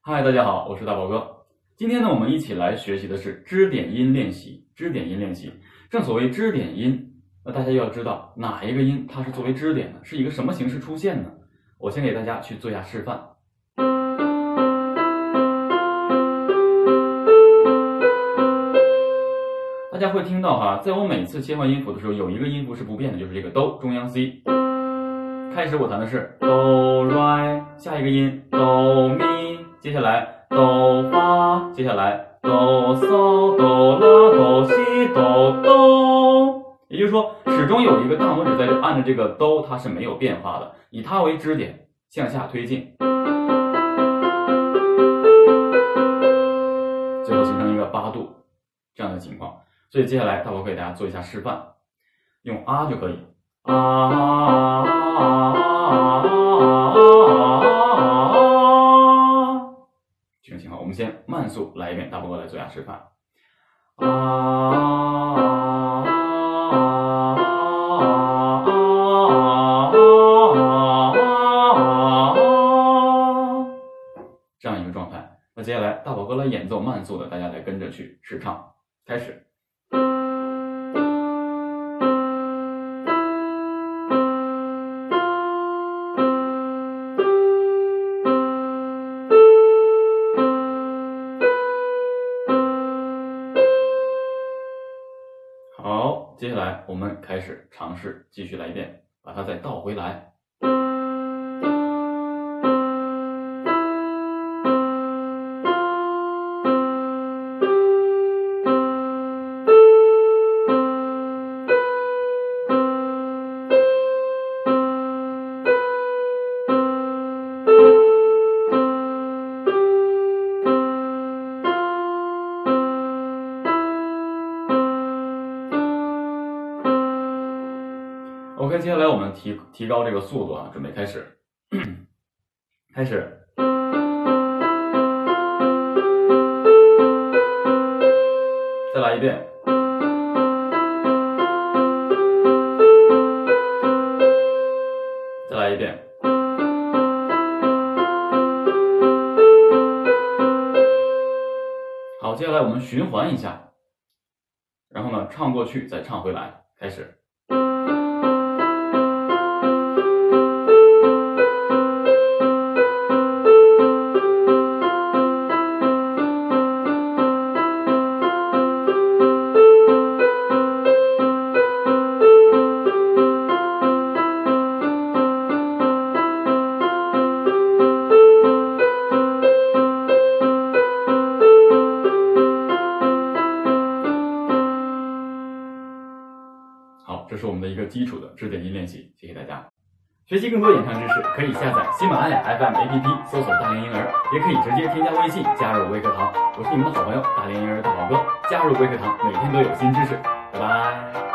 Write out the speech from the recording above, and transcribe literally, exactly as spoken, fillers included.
嗨，大家好，我是大宝哥。今天呢，我们一起来学习的是支点音练习。支点音练习，正所谓支点音，那大家要知道哪一个音它是作为支点的，是一个什么形式出现呢？我先给大家去做一下示范。大家会听到哈，在我每次切换音符的时候，有一个音符是不变的，就是这个哆中央 C。开始我弹的是哆来，下一个音哆咪，接下来哆发，接下来哆嗦哆啦哆西哆哆。也就是说，始终有一个大拇指在按着这个哆，它是没有变化的，以它为支点向下推进，最后形成一个八度这样的情况。所以接下来大宝给大家做一下示范，用啊就可以啊啊这种情况。我们先慢速来一遍，大宝哥来做一下示范。啊这样一个状态。那接下来大宝哥来演奏慢速的，大家来跟着去试唱。开始。好，接下来我们开始尝试继续来一遍，把它再倒回来。OK， 接下来我们提提高这个速度啊，准备开始，开始。再来一遍。再来一遍。好，接下来我们循环一下，然后呢，唱过去再唱回来，开始。好，这是我们的一个基础的支点音练习，谢谢大家。学习更多演唱知识，可以下载喜马拉雅 F M A P P， 搜索大连婴儿，也可以直接添加微信加入微课堂。我是你们的好朋友大连婴儿大宝哥，加入微课堂，每天都有新知识。拜拜。